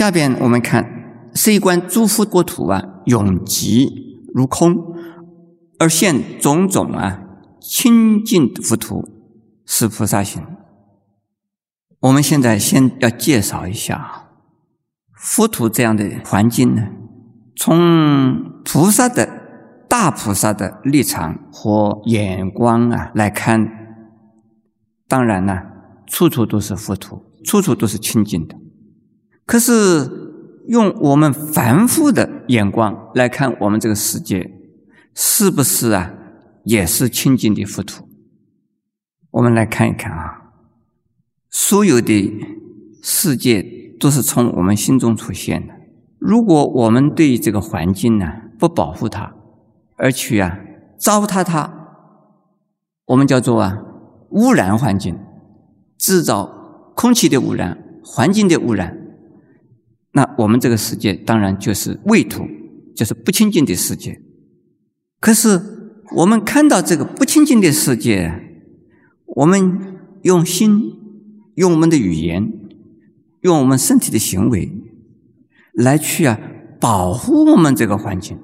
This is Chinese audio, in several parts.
下边我们看是观诸佛国土永极如空，而现种种清净的佛土，是菩萨行。我们现在先要介绍一下佛土这样的环境呢，从菩萨的大菩萨的立场和眼光来看，当然处处都是佛土，处处都是清净的。可是用我们凡夫的眼光来看我们这个世界，是不是也是清净的佛土？我们来看一看所有的世界都是从我们心中出现的。如果我们对这个环境不保护它，而去糟蹋它，我们叫做污染环境，制造空气的污染，环境的污染，那我们这个世界当然就是秽土，就是不清净的世界。可是我们看到这个不清净的世界，我们用心，用我们的语言，用我们身体的行为来去保护我们这个环境。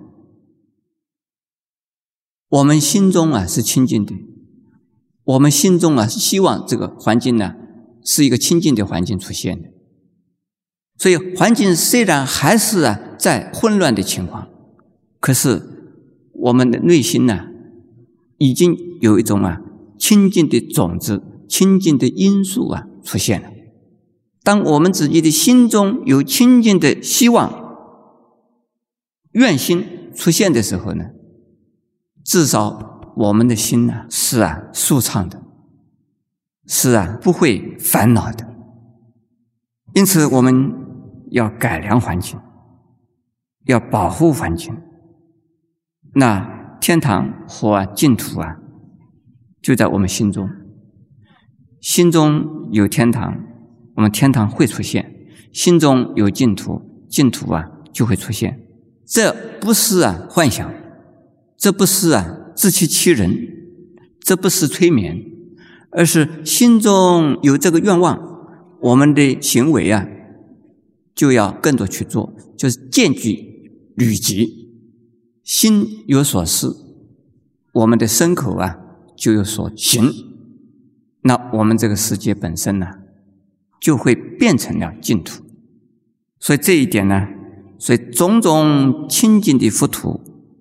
我们心中是清净的，我们心中希望这个环境是一个清净的环境出现的。所以环境虽然还是在混乱的情况，可是我们的内心已经有一种清净的种子，清净的因素出现了。当我们自己的心中有清净的希望、愿心出现的时候呢，至少我们的心是舒畅的，是不会烦恼的。因此我们要改良环境，要保护环境。那天堂和净土就在我们心中，心中有天堂，我们天堂会出现；心中有净土，净土就会出现。这不是幻想，这不是自欺欺人，这不是催眠，而是心中有这个愿望，我们的行为就要更多去做，就是渐具履极。心有所思，我们的身口就有所行，那我们这个世界本身就会变成了净土。所以这一点所以种种清净的佛土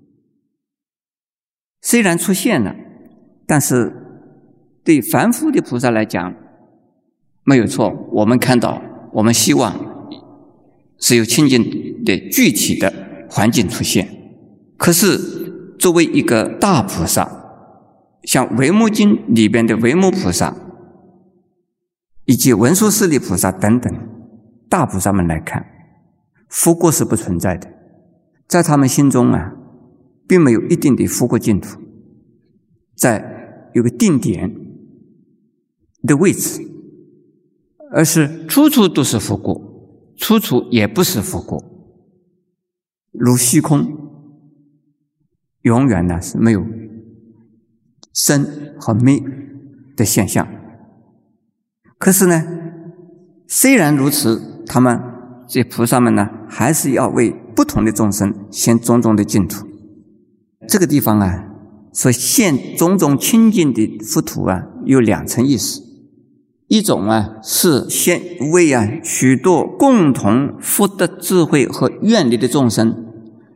虽然出现了，但是对凡夫的菩萨来讲没有错。我们看到，我们希望是有清净的具体的环境出现。可是作为一个大菩萨，像维摩经里边的维摩菩萨以及文殊师利菩萨等等大菩萨们来看，佛国是不存在的，在他们心中并没有一定的佛国净土，在有个定点的位置，而是处处都是佛国，处处也不是佛国，如虚空，永远是没有生和灭的现象。可是虽然如此，他们这菩萨们还是要为不同的众生现种种的净土。这个地方所现种种清净的佛土有两层意思。一种是现为许多共同福德智慧和愿力的众生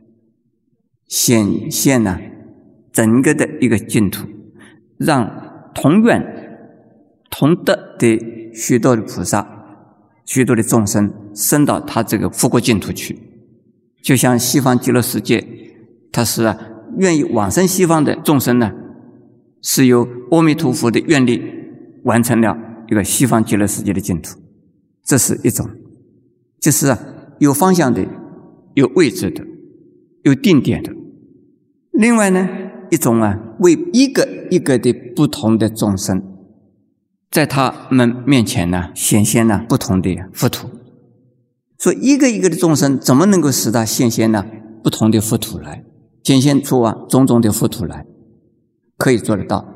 显现整个的一个净土，让同愿同德的许多的菩萨、许多的众生升到他这个佛国净土去。就像西方极乐世界，他是愿意往生西方的众生是由阿弥陀佛的愿力完成了一个西方极乐世界的净土。这是一种，就是有方向的，有位置的，有定点的。另外一种为一个一个的不同的众生，在他们面前显现不同的佛土。所以一个一个的众生怎么能够使他显现不同的佛土来，显现出种种的佛土来？可以做得到。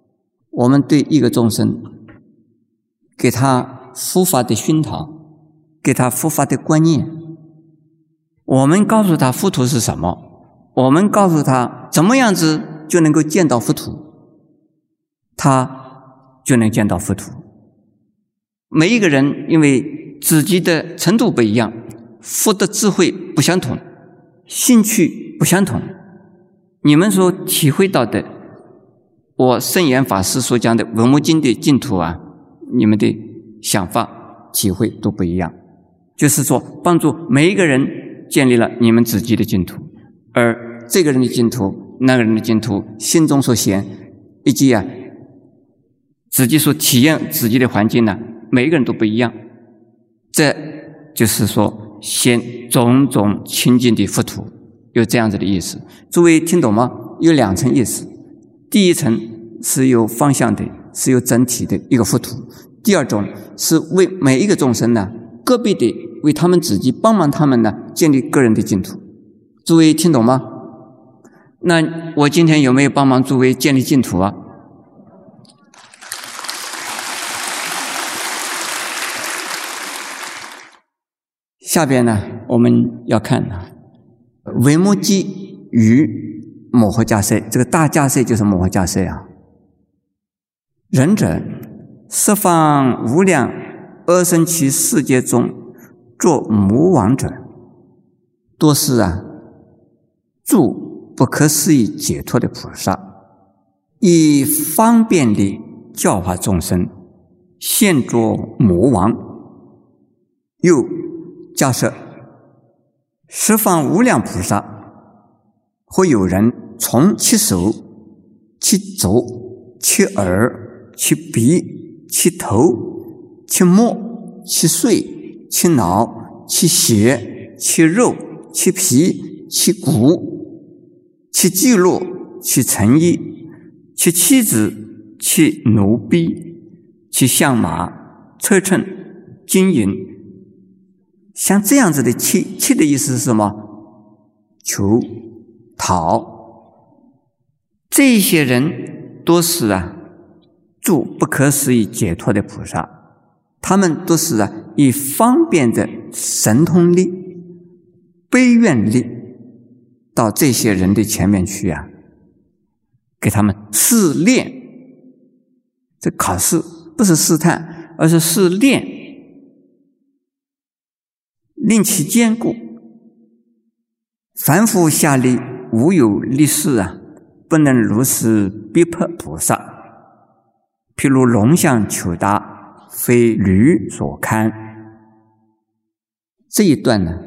我们对一个众生给他佛法的熏陶， 给他佛法的观念。我们告诉他佛陀是什么，我们告诉他怎么样子就能够见到佛陀，他就能见到佛陀。每一个人因为自己的程度不一样，佛的智慧不相同，兴趣不相同，你们所体会到的，我圣严法师所讲的文殊经的净土啊，你们的想法体会都不一样。就是说帮助每一个人建立了你们自己的净土，而这个人的净土，那个人的净土，心中所显，以及自己所体验自己的环境呢，每一个人都不一样。这就是说显种种清净的佛土，有这样子的意思。诸位听懂吗？有两层意思。第一层是有方向的，是有整体的一个佛土。第二种是为每一个众生呢，个别的为他们自己帮忙他们呢，建立个人的净土。诸位听懂吗？那我今天有没有帮忙诸位建立净土啊？下边呢，我们要看维摩诘与摩诃迦叶，这个大迦叶就是摩诃迦叶啊。仁者，十方无量阿僧祇世界中作魔王者，多是诸不可思议解脱的菩萨，以方便力教化众生，现作魔王。又假设十方无量菩萨，或有人从其手、其足、其耳、其鼻、其头、其目、其髓、其脑、其血、其肉、其皮、其骨、其肌肉、其成衣、其妻子、其奴婢、其象马、车乘、金银。像这样子的气的意思是什么？求、讨。这些人都是诸不可思议解脱的菩萨，他们都是以方便的神通力、悲愿力到这些人的前面去给他们试炼。这考试不是试探，而是试炼，令其坚固。凡夫下力，无有力士不能如是逼迫菩萨。譬如龙象求达，非驴所堪。这一段呢，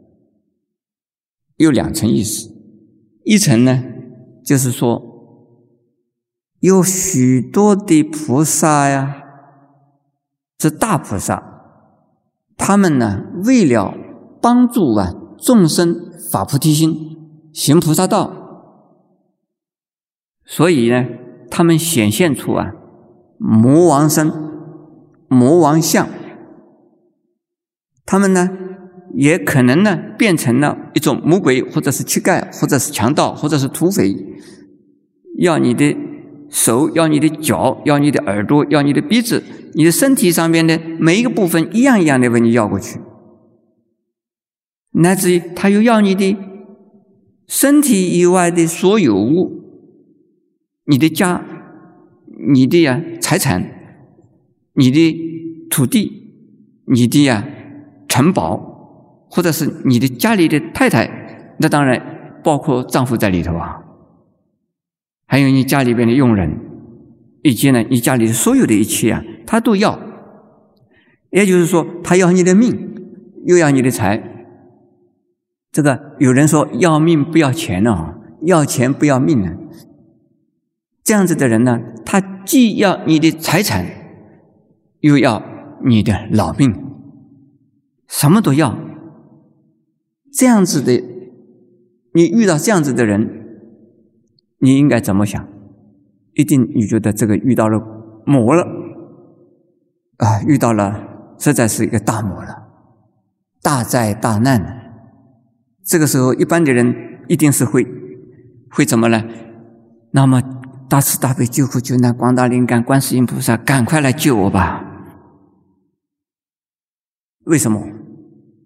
有两层意思。一层呢，就是说有许多的菩萨是大菩萨，他们呢，为了帮助众生发菩提心，行菩萨道，所以呢，他们显现出魔王身、魔王相。他们呢，也可能呢，变成了一种魔鬼，或者是乞丐，或者是强盗，或者是土匪，要你的手，要你的脚，要你的耳朵，要你的鼻子，你的身体上面的每一个部分一样一样的为你要过去，乃至于他又要你的身体以外的所有物，你的家，你的财产，你的土地，你的城堡，或者是你的家里的太太，那当然包括丈夫在里头还有你家里边的佣人，以及呢你家里的所有的一切他都要。也就是说，他要你的命，又要你的财。这个有人说要命不要钱要钱不要命这样子的人呢，他既要你的财产，又要你的老命，什么都要。这样子的，你遇到这样子的人，你应该怎么想？一定你觉得这个遇到了魔了遇到了实在是一个大魔了，大灾大难了。这个时候一般的人一定是会怎么呢？那么大慈大悲救苦救难广大灵感观世音菩萨，赶快来救我吧。为什么？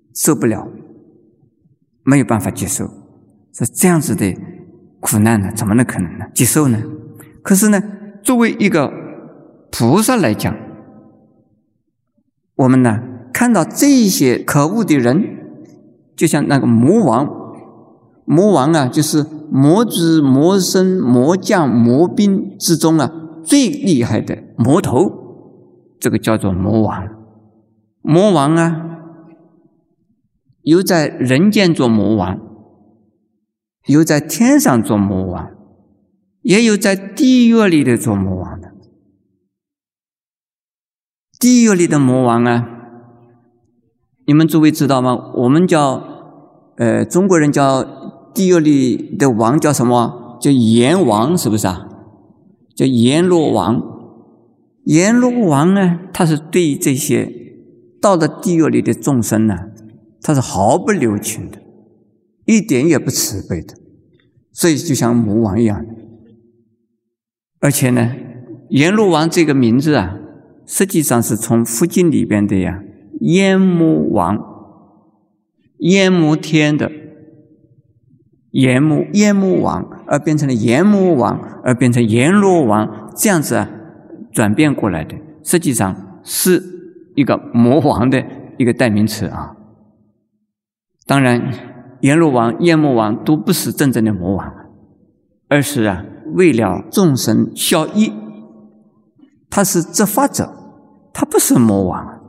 受不了，没有办法接受，是这样子的苦难呢，怎么能可能呢接受呢？可是呢，作为一个菩萨来讲，我们呢看到这些可恶的人，就像那个魔王啊，就是魔子、魔僧、魔将、魔兵之中啊最厉害的魔头，这个叫做魔王。魔王啊，有在人间做魔王，有在天上做魔王，也有在地狱里的做魔王的。地狱里的魔王啊，你们诸位知道吗？我们叫中国人叫地狱里的王叫什么？叫阎王，是不是啊？叫阎罗王。阎罗王呢，他是对这些到了地狱里的众生呢，他是毫不留情的，一点也不慈悲的，所以就像魔王一样的。而且呢，阎罗王这个名字啊，实际上是从佛经里边的呀，阎魔王，阎魔天的阎魔王，而变成了阎魔王，而变成阎罗王，这样子啊转变过来的，实际上是一个魔王的一个代名词啊。当然阎罗王、阎魔王都不是真正的魔王，而是啊为了众生效益，他是执法者，他不是魔王，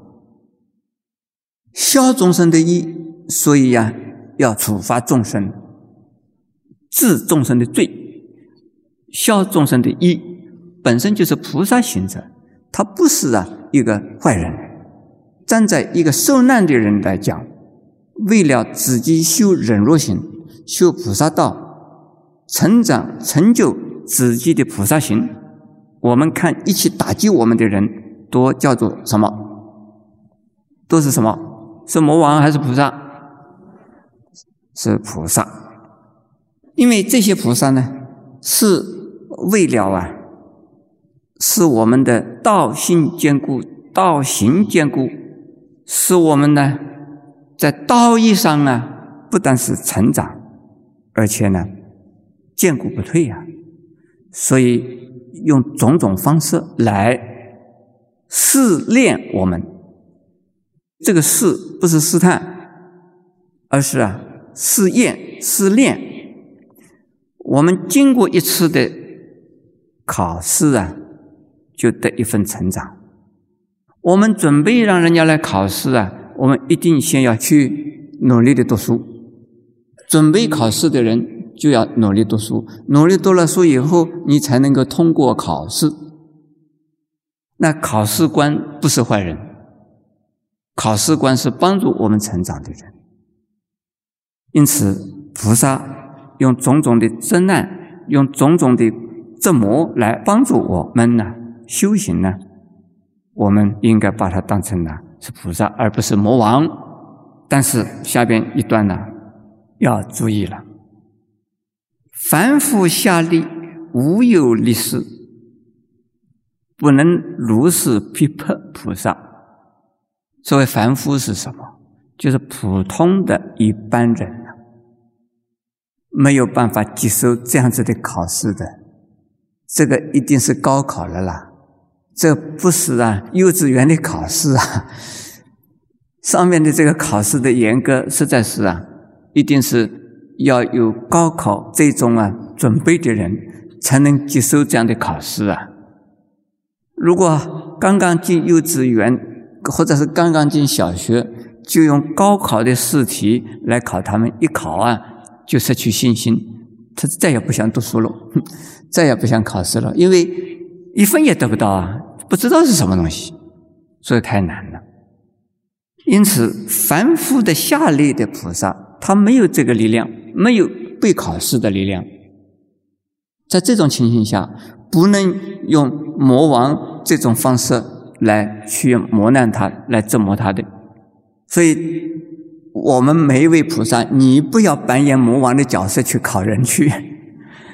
消众生的益，所以啊要处罚众生，治众生的罪，消众生的益，本身就是菩萨行者，他不是啊一个坏人。站在一个受难的人来讲，为了自己修忍辱行，修菩萨道，成长成就自己的菩萨行，我们看一起打击我们的人都叫做什么？都是什么？是魔王还是菩萨？是菩萨。因为这些菩萨呢，是为了啊使我们的道心坚固，道行坚固，使我们呢在道义上啊不但是成长，而且呢坚固不退啊。所以用种种方式来试炼我们。这个试不是试探，而是啊试验、试炼。我们经过一次的考试啊，就得一份成长。我们准备让人家来考试啊，我们一定先要去努力的读书。准备考试的人就要努力读书，努力读了书以后，你才能够通过考试。那考试官不是坏人，考试官是帮助我们成长的人。因此菩萨用种种的灾难，用种种的折磨来帮助我们呢修行呢，我们应该把它当成呢是菩萨，而不是魔王。但是下边一段呢要注意了，凡夫下力，无有力士，不能如是批判菩萨。所谓凡夫是什么？就是普通的一般人啊，没有办法接受这样子的考试的。这个一定是高考了啦，这不是啊幼稚园的考试啊。上面的这个考试的严格，实在是啊，一定是要有高考这种啊准备的人才能接受这样的考试啊。如果刚刚进幼稚园或者是刚刚进小学，就用高考的试题来考他们，一考啊就失去信心，他再也不想读书了，再也不想考试了，因为一分也得不到啊，不知道是什么东西，所以太难了。因此凡夫的下类的菩萨，他没有这个力量，没有被考试的力量。在这种情形下，不能用魔王这种方式来去磨难他，来折磨他的。所以我们每一位菩萨，你不要扮演魔王的角色去考人去，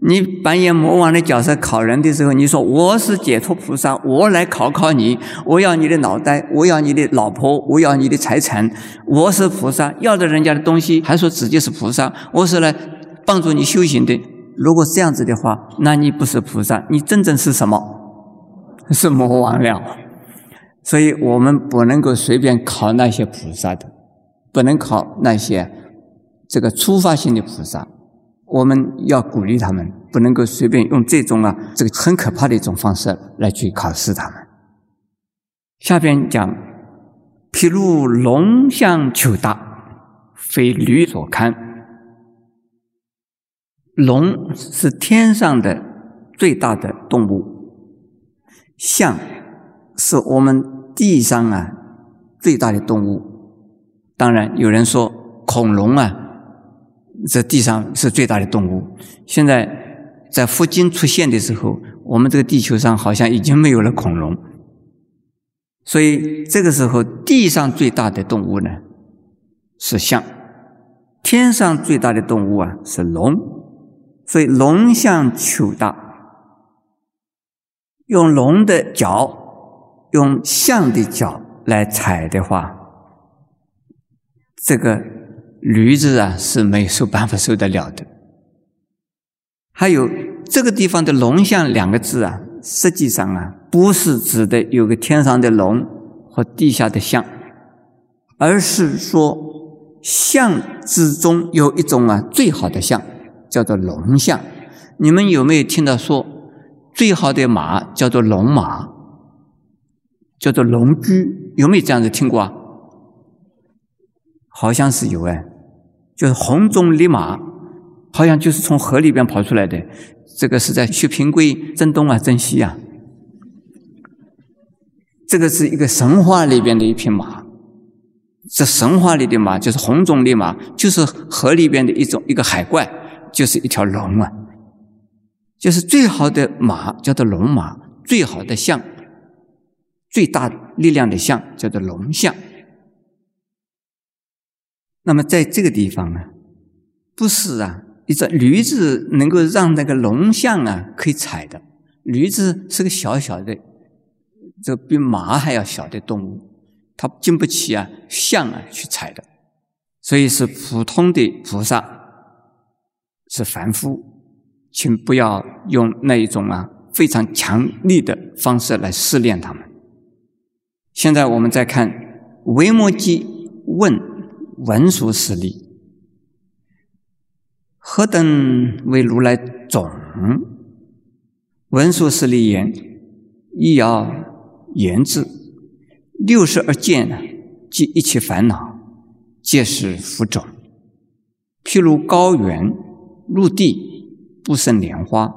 你扮演魔王的角色考人的时候，你说我是解脱菩萨，我来考考你，我要你的脑袋，我要你的老婆，我要你的财产，我是菩萨，要着人家的东西还说自己是菩萨，我是来帮助你修行的。如果这样子的话，那你不是菩萨，你真正是什么？是魔王了。所以我们不能够随便考那些菩萨的，不能考那些这个初发性的菩萨，我们要鼓励他们，不能够随便用这种这个很可怕的一种方式来去考试他们。下边讲，譬如龙象求大，非驴所堪。龙是天上的最大的动物，象是我们地上最大的动物。当然有人说恐龙这地上是最大的动物。现在在佛经出现的时候，我们这个地球上好像已经没有了恐龙，所以这个时候地上最大的动物呢是象，天上最大的动物是龙。所以龙象求大，用龙的脚，用象的脚来踩的话，这个驴子是没有办法受得了的。还有这个地方的龙象两个字实际上不是指的有个天上的龙和地下的象，而是说象之中有一种最好的象，叫做龙象。你们有没有听到说最好的马叫做龙马，叫做龙驹？有没有这样子听过好像是有就是红中立马，好像就是从河里边跑出来的。这个是在薛平贵征东征西这个是一个神话里边的一匹马。这神话里的马就是红中立马，就是河里边的一个海怪，就是一条龙就是最好的马叫做龙马，最好的象，最大力量的象叫做龙象。那么在这个地方不是一只驴子能够让那个龙象可以踩的。驴子是个小小的，这比马还要小的动物，它经不起象去踩的。所以是普通的菩萨，是凡夫，请不要用那一种非常强力的方式来试炼他们。现在我们再看维摩诘问文殊师利，何等为如来种？文殊师利言，亦要言之。62见即一切烦恼，皆是福种。譬如高原入地，不生莲花，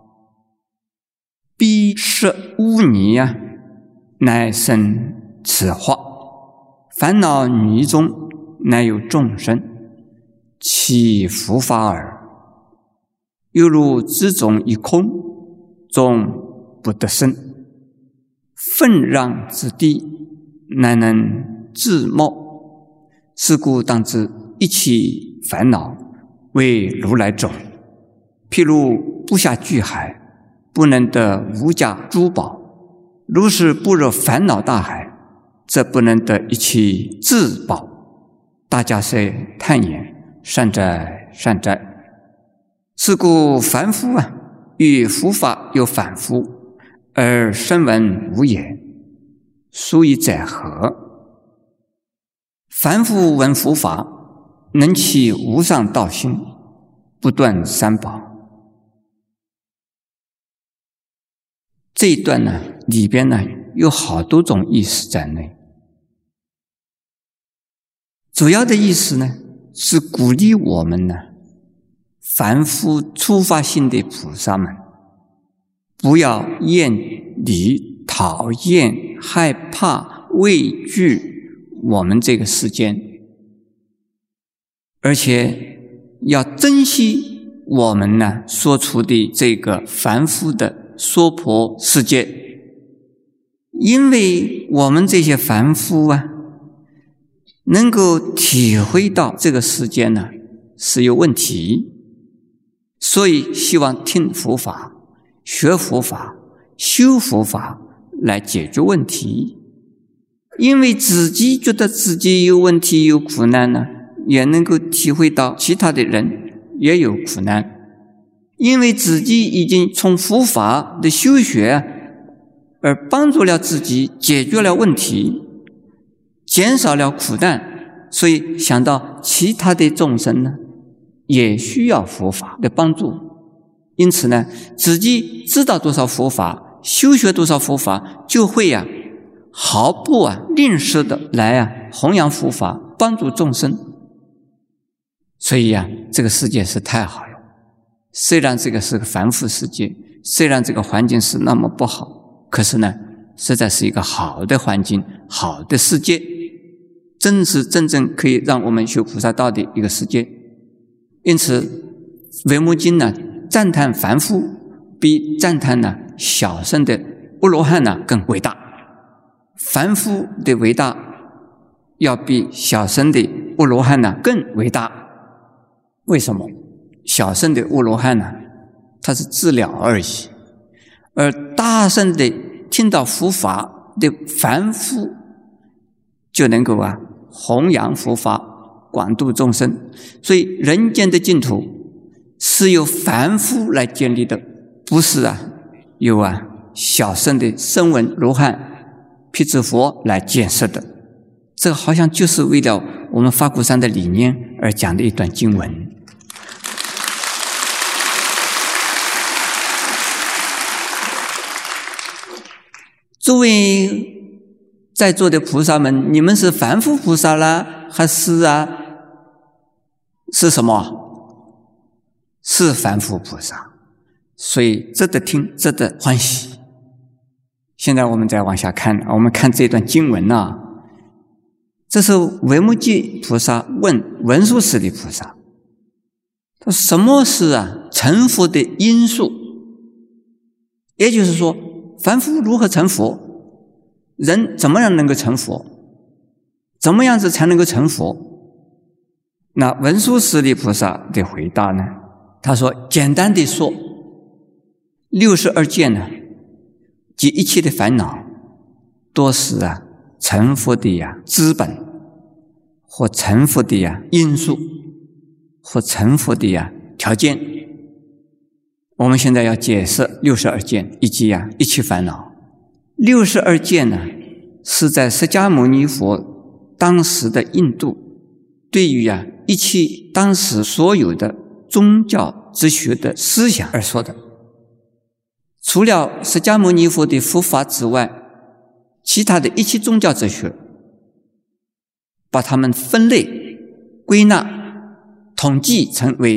必摄污泥乃生此花。烦恼泥中，乃有众生，其福法耳。犹如之中一空，终不得生。愤让之地，乃能自冒。是故当知一切烦恼为如来种。譬如布下巨海，不能得无价珠宝，如是般若烦恼大海，则不能得一切至宝。大家虽叹言，善哉善哉。是故凡夫与佛法有反复，而声闻无言，殊以载何？凡夫闻佛法，能起无上道心，不断三宝。这一段里边有好多种意思在内。主要的意思是鼓励我们凡夫初发性的菩萨们，不要厌离、讨厌、害怕、畏惧我们这个世间，而且要珍惜我们所处的这个凡夫的娑婆世界。因为我们这些凡夫能够体会到这个世间是有问题， 所以希望听佛法、学佛法、修佛法来解决问题。因为自己觉得自己有问题、有苦难呢，也能够体会到其他的人也有苦难。因为自己已经从佛法的修学而帮助了自己，解决了问题，减少了苦难，所以想到其他的众生呢，也需要佛法的帮助。因此呢，自己知道多少佛法，修学多少佛法，就会毫不吝啬的来弘扬佛法，帮助众生。所以这个世界是太好了。虽然这个是个凡夫世界，虽然这个环境是那么不好，可是呢，实在是一个好的环境，好的世界，真正可以让我们修菩萨道的一个世界。因此维摩经呢，赞叹凡夫比赞叹小乘的阿罗汉更伟大。凡夫的伟大要比小乘的阿罗汉更伟大。为什么？小乘的阿罗汉他是治疗而已，而大乘的听到佛法的凡夫就能够弘扬佛法，广度众生。所以人间的净土是由凡夫来建立的，不是由小乘的声闻罗汉辟支佛来建设的。这个好像就是为了我们法鼓山的理念而讲的一段经文。诸位在座的菩萨们，你们是凡夫菩萨啦，还是是什么？是凡夫菩萨，所以值得听，值得欢喜。现在我们再往下看，我们看这段经文这是维摩诘菩萨问文殊师利菩萨，他说什么是成佛的因素？也就是说，凡夫如何成佛？人怎么样能够成佛？怎么样子才能够成佛？那文殊师利菩萨的回答呢？他说，简单的说，62件呢，及一切的烦恼，都是成佛的资本，或成佛的因素，或成佛的条件。我们现在要解释62件以及一切烦恼。62件呢，是在释迦牟尼佛当时的印度，对于一切当时所有的宗教哲学的思想而说的。除了释迦牟尼佛的佛法之外，其他的一切宗教哲学把它们分类归纳统计成为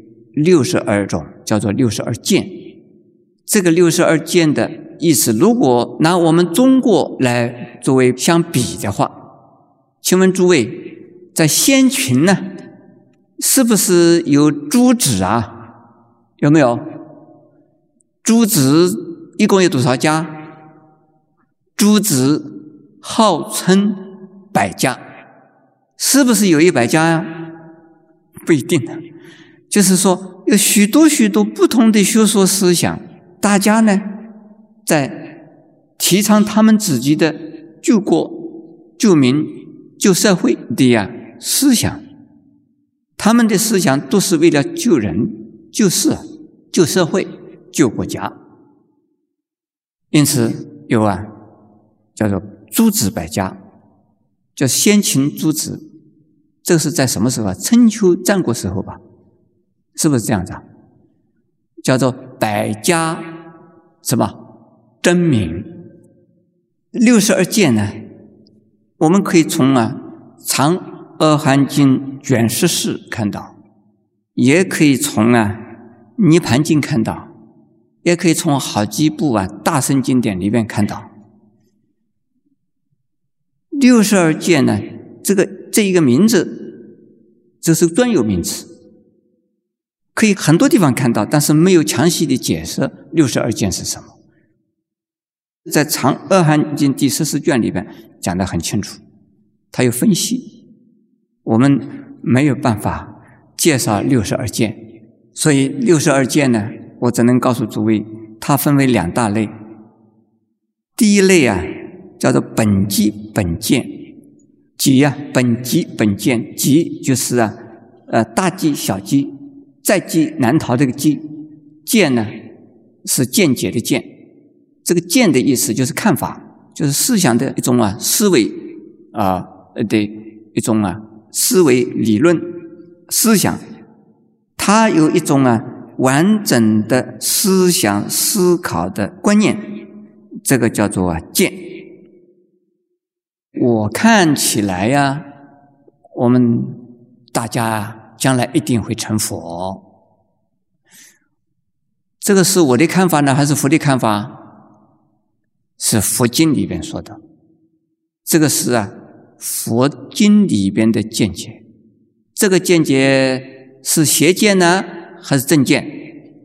62种，叫做62件。这个62件的意思，如果拿我们中国来作为相比的话，请问诸位，在先秦呢，是不是有诸子有没有？诸子一共有多少家？诸子号称100家，是不是有100家不一定就是说有许多不同的学说思想，大家呢在提倡他们自己的救国、救民、救社会的思想。他们的思想都是为了救人、救世、救社会、救国家。因此有叫做诸子100家，叫先秦诸子。这是在什么时候春秋战国时候吧？是不是这样子叫做100家什么真名。62件呢，我们可以从长阿含经卷14看到，也可以从涅盘经看到，也可以从好几部大乘经典里面看到。62件呢，这一个名字，这是专有名词，可以很多地方看到，但是没有详细的解释62件是什么。在长阿含经第14卷里边讲得很清楚，它有分析，我们没有办法介绍62件， 所以62件呢，我只能告诉诸位，它分为2大类。第一类啊，叫做本机本见。即啊，本机本见，即就是大机小机，在机难逃这个机。见呢，是见解的见。这个见的意思就是看法，就是思想的一种思维的一种思维理论思想，它有一种完整的思想思考的观念，这个叫做见。我看起来我们大家将来一定会成佛，这个是我的看法呢，还是佛的看法？是佛经里边说的，这个是佛经里边的见解。这个见解是邪见呢，还是正见？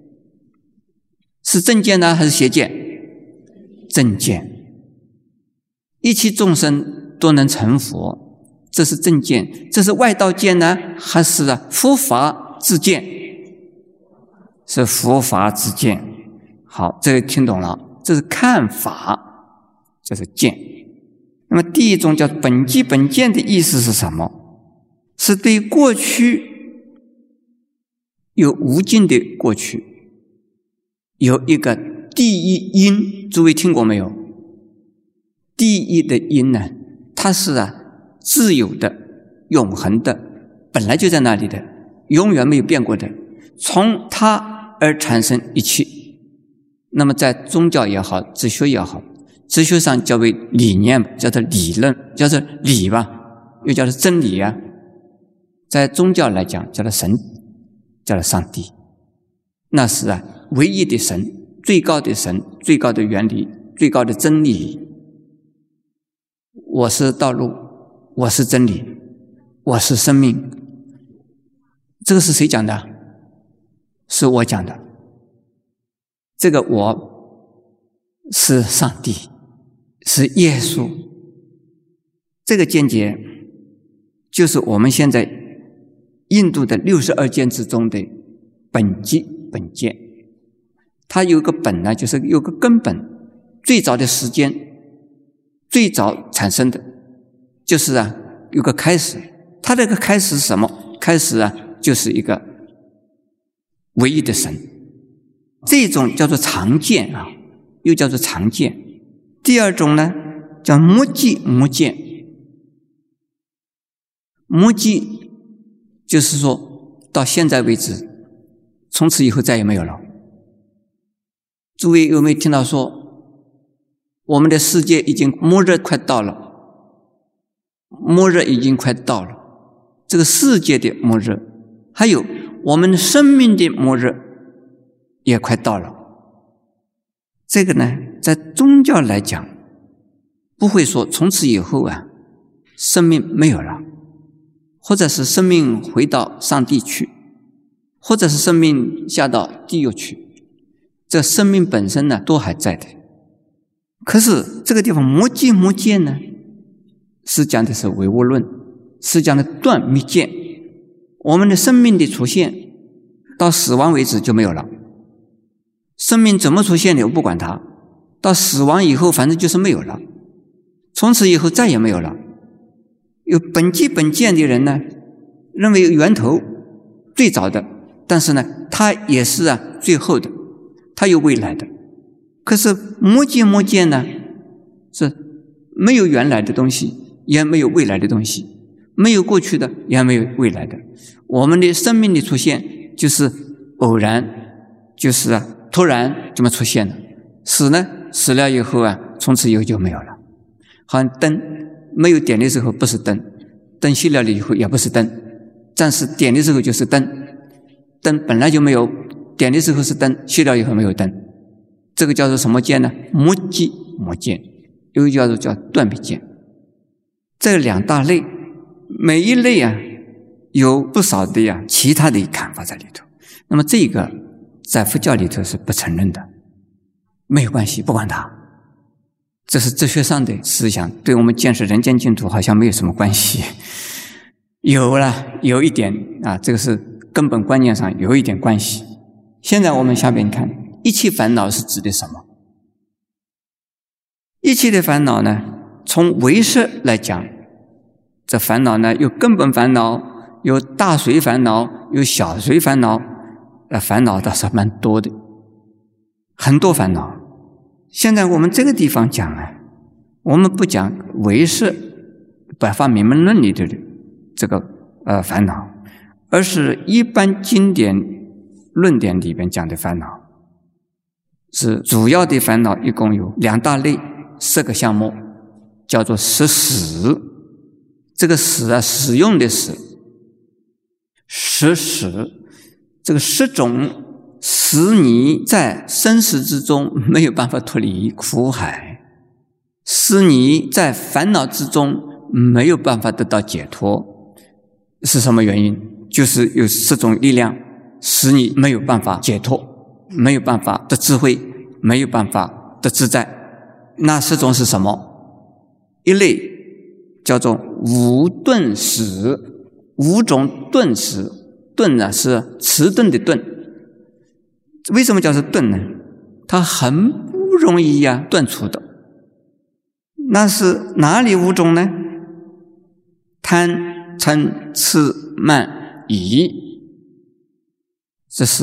是正见呢，还是邪见？正见。一切众生都能成佛，这是正见。这是外道见呢，还是佛法自见？是佛法自见。好，这个听懂了，这是看法，这是见。那么第一种叫本机本见的意思是什么？是对过去有无尽的过去，有一个第一因，诸位听过没有？第一的因呢，它是自有的、永恒的，本来就在那里的，永远没有变过的，从它而产生一切。那么在宗教也好，哲学也好，哲学上叫为理念，叫做理论，叫做理吧，又叫做真理啊。在宗教来讲，叫做神，叫做上帝，那是唯一的神，最高的神，最高的原理，最高的真理。我是道路，我是真理，我是生命。这个是谁讲的？是我讲的。这个我是上帝，是耶稣。这个见解就是我们现在印度的62件之中的本机本见。它有个本呢，就是有个根本，最早的时间，最早产生的就是有个开始。它这个开始是什么？开始就是一个唯一的神。这种叫做常见又叫做常见。第二种呢，叫目机目见。目机就是说到现在为止，从此以后再也没有了。诸位有没有听到说我们的世界已经末日快到了？末日已经快到了，这个世界的末日，还有我们生命的末日也快到了。这个呢，在宗教来讲，不会说从此以后生命没有了，或者是生命回到上帝去，或者是生命下到地狱去，这生命本身呢都还在的。可是这个地方目机目见呢，是讲的是唯物论，是讲的断灭见。我们的生命的出现到死亡为止就没有了。生命怎么出现的我不管它，到死亡以后反正就是没有了，从此以后再也没有了。有本机本见的人呢，认为源头最早的，但是呢它也是最后的，它有未来的。可是目机目见呢，是没有原来的东西，也没有未来的东西，没有过去的，也没有未来的。我们的生命的出现就是偶然，就是突然这么出现的。死呢，死了以后从此以后就没有了。好像灯没有点的时候不是灯，灯熄了以后也不是灯，暂时点的时候就是灯，灯本来就没有，点的时候是灯，熄了以后没有灯。这个叫做什么见呢？目机目见，又叫断灭见。这2大类，每一类有不少的其他的看法在里头。那么这个在佛教里头是不承认的，没有关系，不管它。这是哲学上的思想，对我们建设人间净土好像没有什么关系。有一点这个是根本观念上有一点关系。现在我们下边看，一切烦恼是指的什么？一切的烦恼呢，从唯识来讲，这烦恼呢，有根本烦恼，有大随烦恼，有小随烦恼，烦恼倒是蛮多的，很多烦恼。现在我们这个地方讲啊，我们不讲唯识百法明门论里的这个烦恼，而是一般经典论点里边讲的烦恼。是主要的烦恼一共有2大类，10个项目，叫做10使。这个使啊，使用的使，10使，这个10种使你在生死之中没有办法脱离苦海，使你在烦恼之中没有办法得到解脱。是什么原因？就是有10种力量使你没有办法解脱，没有办法得智慧，没有办法得自在。那10种是什么？一类叫做无顿使，5种顿使。顿呢是迟钝的钝。为什么叫做钝呢？它很不容易断除的。那是哪里5种呢？贪、嗔、痴、慢、疑，这是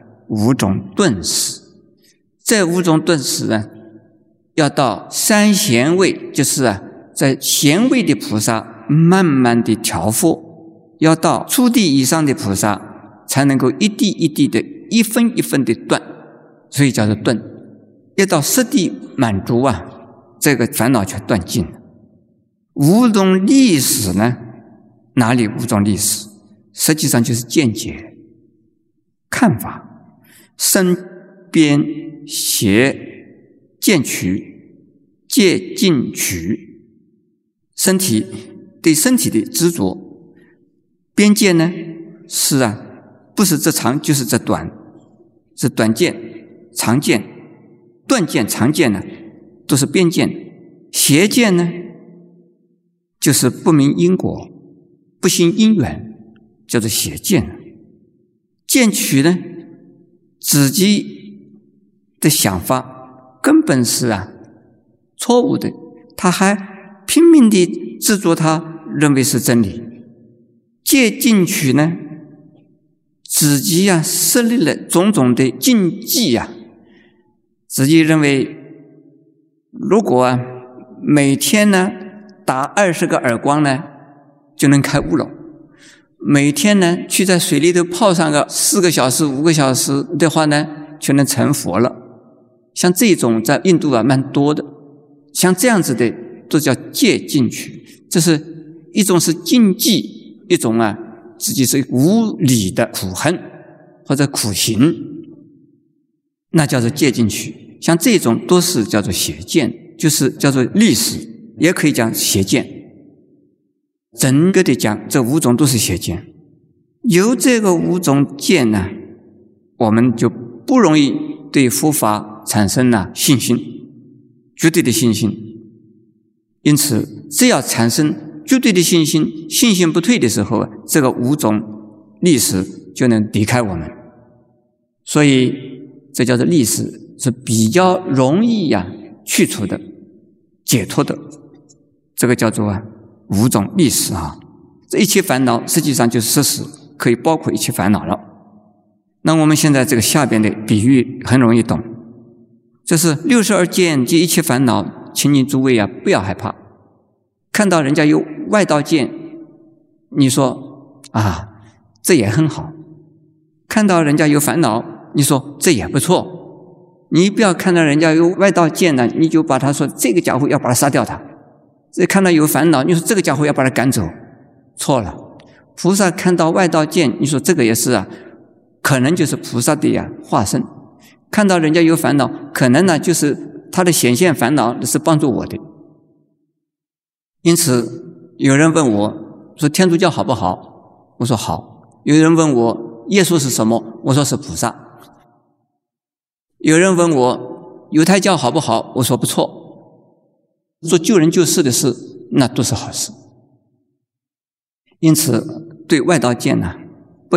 5种顿使。这5种顿使呢，要到3贤位，就是在贤位的菩萨慢慢的调伏，要到初地以上的菩萨才能够一地一地的一分一分的断，所以叫做顿。要到10地满足这个烦恼就断尽了。5种利使呢，哪里5种利使？实际上就是见解、看法、身边邪、见取、戒禁取。身体对身体的执着，边界呢是不是这长就是这短，是短见、长见、断见、长见呢，都是边见。邪见呢，就是不明因果、不信因缘，叫做邪见。见取呢，自己的想法根本是错误的，他还拼命地执着他认为是真理。戒禁取呢，自己设立了种种的禁忌自己认为如果每天呢打20个耳光呢就能开悟了，每天呢去在水里头泡上个4个小时5个小时的话呢就能成佛了。像这种在印度蛮多的，像这样子的都叫戒禁取。这是一种是禁忌，一种自己是无理的苦恨或者苦行，那叫做戒禁取。像这种都是叫做邪见，就是叫做利使，也可以讲邪见。整个的讲，这5种都是邪见。有这个5种见呢，我们就不容易对佛法产生信心，绝对的信心。因此只要产生绝对的信心，信心不退的时候，这个5种利使就能离开我们。所以这叫做利使，是比较容易去除的、解脱的。这个叫做5种利使这一切烦恼实际上就是10使，可以包括一切烦恼了。那我们现在这个下边的比喻很容易懂，这是62见及一切烦恼，请你诸位不要害怕。看到人家有外道见，你说这也很好；看到人家有烦恼，你说这也不错。你不要看到人家有外道见呢，你就把他说这个家伙要把他杀掉他；这看到有烦恼，你说这个家伙要把他赶走，错了。菩萨看到外道见，你说这个也是可能就是菩萨的化身。看到人家有烦恼，可能呢就是他的显现烦恼是帮助我的。因此有人问我说天主教好不好？我说好。有人问我耶稣是什么？我说是菩萨。有人问我犹太教好不好？我说不错。做救人救世的事，那都是好事。因此对外道见不要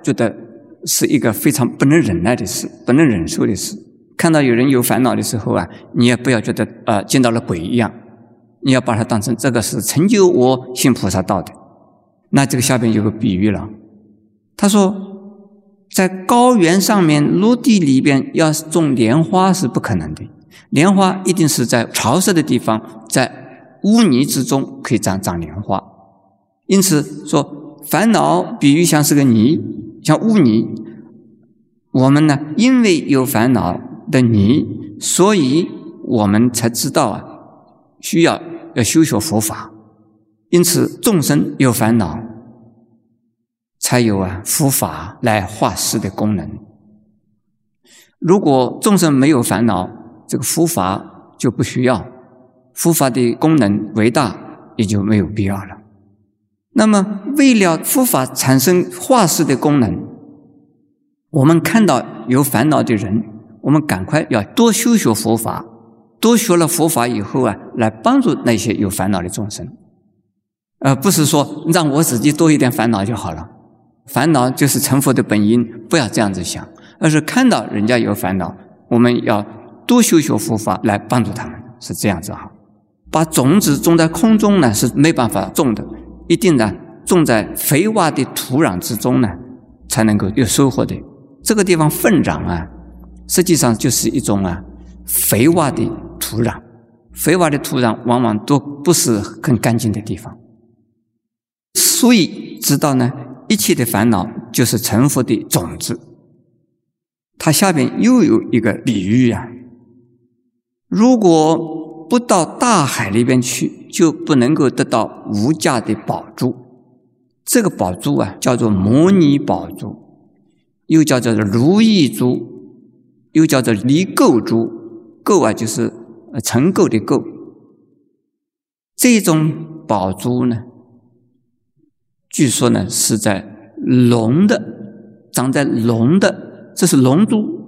觉得是一个非常不能忍耐的事，不能忍受的事。看到有人有烦恼的时候啊，你也不要觉得见到了鬼一样，你要把它当成这个是成就我行菩萨道的。那这个下边有个比喻了，他说在高原上面陆地里边要种莲花是不可能的，莲花一定是在潮湿的地方，在污泥之中可以长莲花。因此说烦恼比喻像是个泥，像污泥。我们呢，因为有烦恼的泥，所以我们才知道需要修学佛法。因此众生有烦恼，才有佛法来化世的功能。如果众生没有烦恼，这个佛法就不需要，佛法的功能伟大也就没有必要了。那么为了佛法产生化世的功能，我们看到有烦恼的人，我们赶快要多修学佛法，多学了佛法以后来帮助那些有烦恼的众生，不是说让我自己多一点烦恼就好了。烦恼就是成佛的本因，不要这样子想，而是看到人家有烦恼，我们要多修学佛法来帮助他们，是这样子哈。把种子种在空中呢，是没办法种的，一定呢种在肥沃的土壤之中呢，才能够有收获的。这个地方粪壤实际上就是一种肥沃的土壤。肥沃的土壤往往都不是很干净的地方，所以知道呢，一切的烦恼就是成佛的种子。它下边又有一个比喻如果不到大海里边去，就不能够得到无价的宝珠。这个宝珠叫做摩尼宝珠，又叫做如意珠，又叫做离垢珠。垢就是尘垢的垢。这种宝珠呢，据说呢是在龙的，长在龙的，这是龙珠。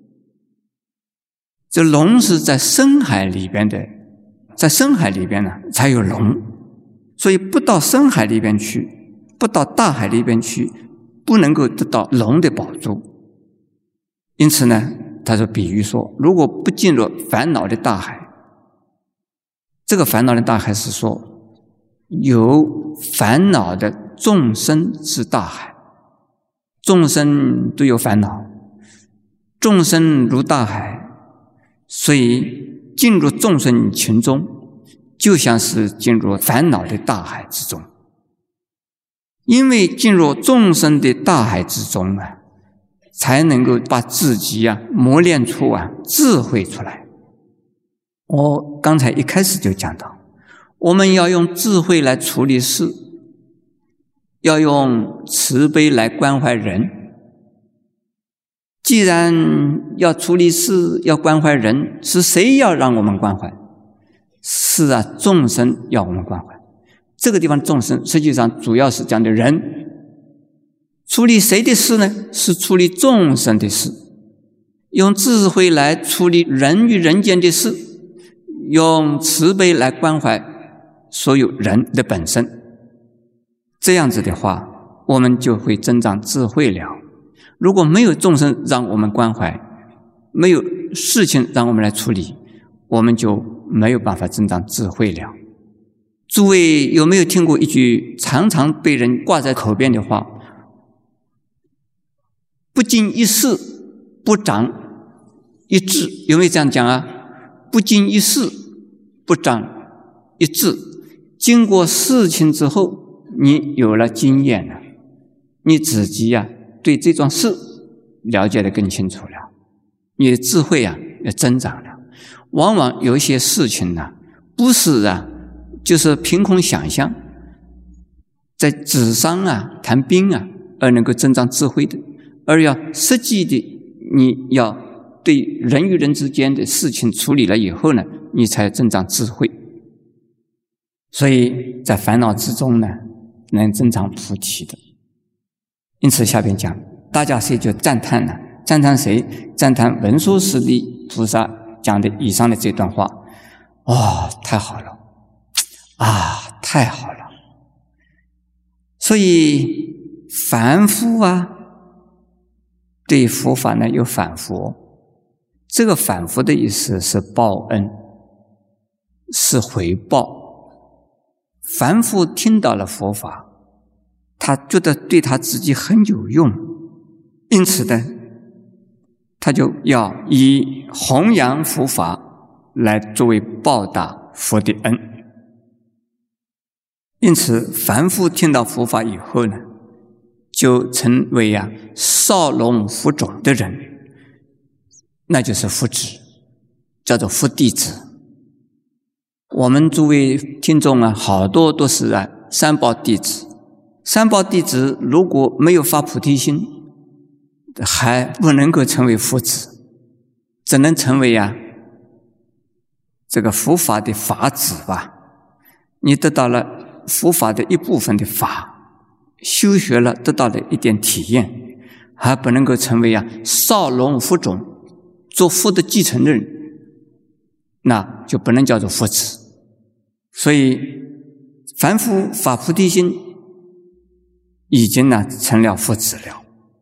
这龙是在深海里边的，在深海里边呢才有龙，所以不到深海里边去，不到大海里边去，不能够得到龙的宝珠。因此呢，他说比喻说，如果不进入烦恼的大海，这个烦恼的大海是说有烦恼的众生之大海，众生都有烦恼，众生如大海，所以进入众生群中，就像是进入烦恼的大海之中。因为进入众生的大海之中才能够把自己磨练出智慧出来。我刚才一开始就讲到，我们要用智慧来处理事，要用慈悲来关怀人。既然要处理事，要关怀人，是谁要让我们关怀？是众生要我们关怀。这个地方众生实际上主要是讲的人。处理谁的事呢？是处理众生的事。用智慧来处理人与人间的事，用慈悲来关怀所有人的本身。这样子的话，我们就会增长智慧了。如果没有众生让我们关怀，没有事情让我们来处理，我们就没有办法增长智慧了。诸位有没有听过一句常常被人挂在口边的话？不经一事，不长一智。有没有这样讲不经一事，不长一智。经过事情之后，你有了经验了，你自己对这桩事了解得更清楚了，你的智慧也增长了。往往有一些事情不是就是凭空想象，在纸上谈兵而能够增长智慧的，而要实际的，你要对人与人之间的事情处理了以后呢，你才增长智慧。所以在烦恼之中呢，能增长菩提的。因此下边讲，大家谁就赞叹了？赞叹谁？赞叹文殊师利菩萨讲的以上的这段话。太好了太好了。所以凡夫对佛法呢有反复，这个反复的意思是报恩，是回报。凡夫听到了佛法，他觉得对他自己很有用，因此呢，他就要以弘扬佛法来作为报答佛的恩。因此凡夫听到佛法以后呢，就成为少龙佛种的人，那就是佛子，叫做佛弟子。我们诸位听众好多都是三宝弟子。三宝弟子如果没有发菩提心，还不能够成为佛子，只能成为这个佛法的法子吧。你得到了佛法的一部分的法，修学了得到了一点体验，还不能够成为少龙佛种，做佛的继承人，那就不能叫做佛子。所以凡夫发菩提心，已经成了佛子了。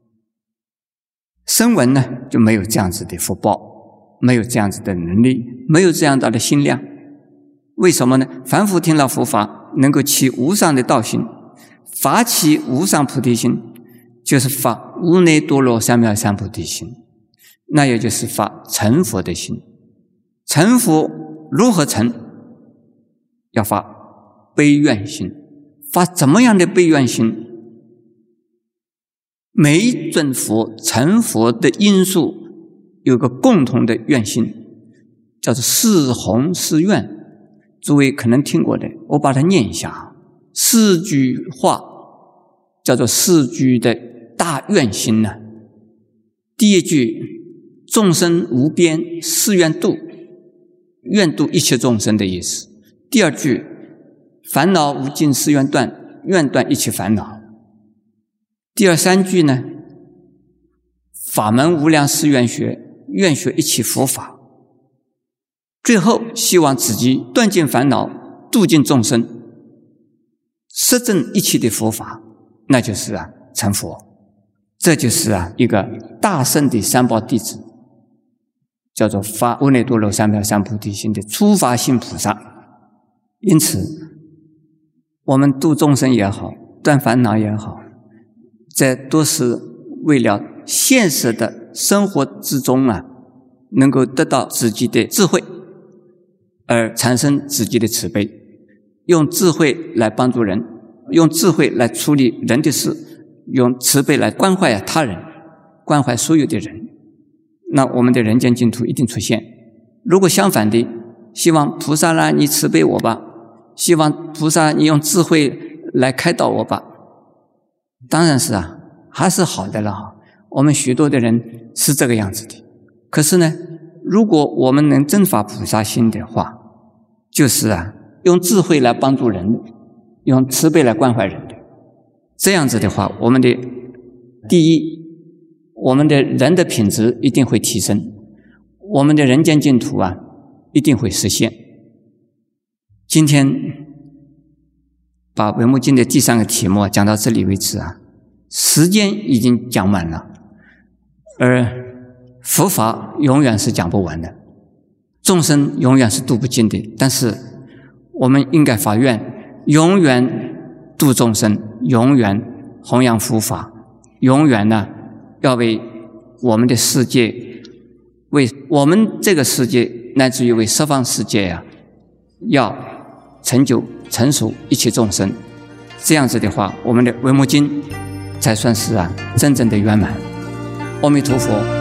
声闻就没有这样子的福报，没有这样子的能力，没有这样大的心量。为什么呢？凡夫听了佛法，能够起无上的道心，发起无上菩提心，就是发无内多罗三藐三菩提心，那也就是发成佛的心。成佛如何成？要发悲愿心。发怎么样的悲愿心？每一尊佛成佛的因素有个共同的愿心，叫做四弘誓愿。诸位可能听过的，我把它念一下。四句话叫做四句的大愿心呢。第一句，众生无边誓愿度，愿度一切众生的意思。第二句，烦恼无尽誓愿断，愿断一切烦恼。第二三句呢，法门无量誓愿学，愿学一切佛法。最后希望自己断尽烦恼，度尽众生，实证一切的佛法，那就是成佛。这就是一个大圣的三宝弟子，叫做发无内多罗三藐三菩提心的初发心菩萨。因此我们度众生也好，断烦恼也好，这都是为了现实的生活之中能够得到自己的智慧，而产生自己的慈悲，用智慧来帮助人，用智慧来处理人的事，用慈悲来关怀他人，关怀所有的人，那我们的人间净土一定出现。如果相反的，希望菩萨啦，你慈悲我吧，希望菩萨你用智慧来开导我吧，当然是还是好的了。我们许多的人是这个样子的。可是呢，如果我们能真发菩萨心的话，就是用智慧来帮助人，用慈悲来关怀人的。这样子的话，我们的第一，我们的人的品质一定会提升，我们的人间净土一定会实现。今天把维摩经的第三个题目讲到这里为止时间已经讲完了，而佛法永远是讲不完的，众生永远是度不尽的。但是我们应该发愿，永远度众生，永远弘扬佛法，永远要为我们的世界，为我们这个世界，乃至于为十方世界要成就成熟一切众生。这样子的话，我们的维摩经才算是真正的圆满。阿弥陀佛。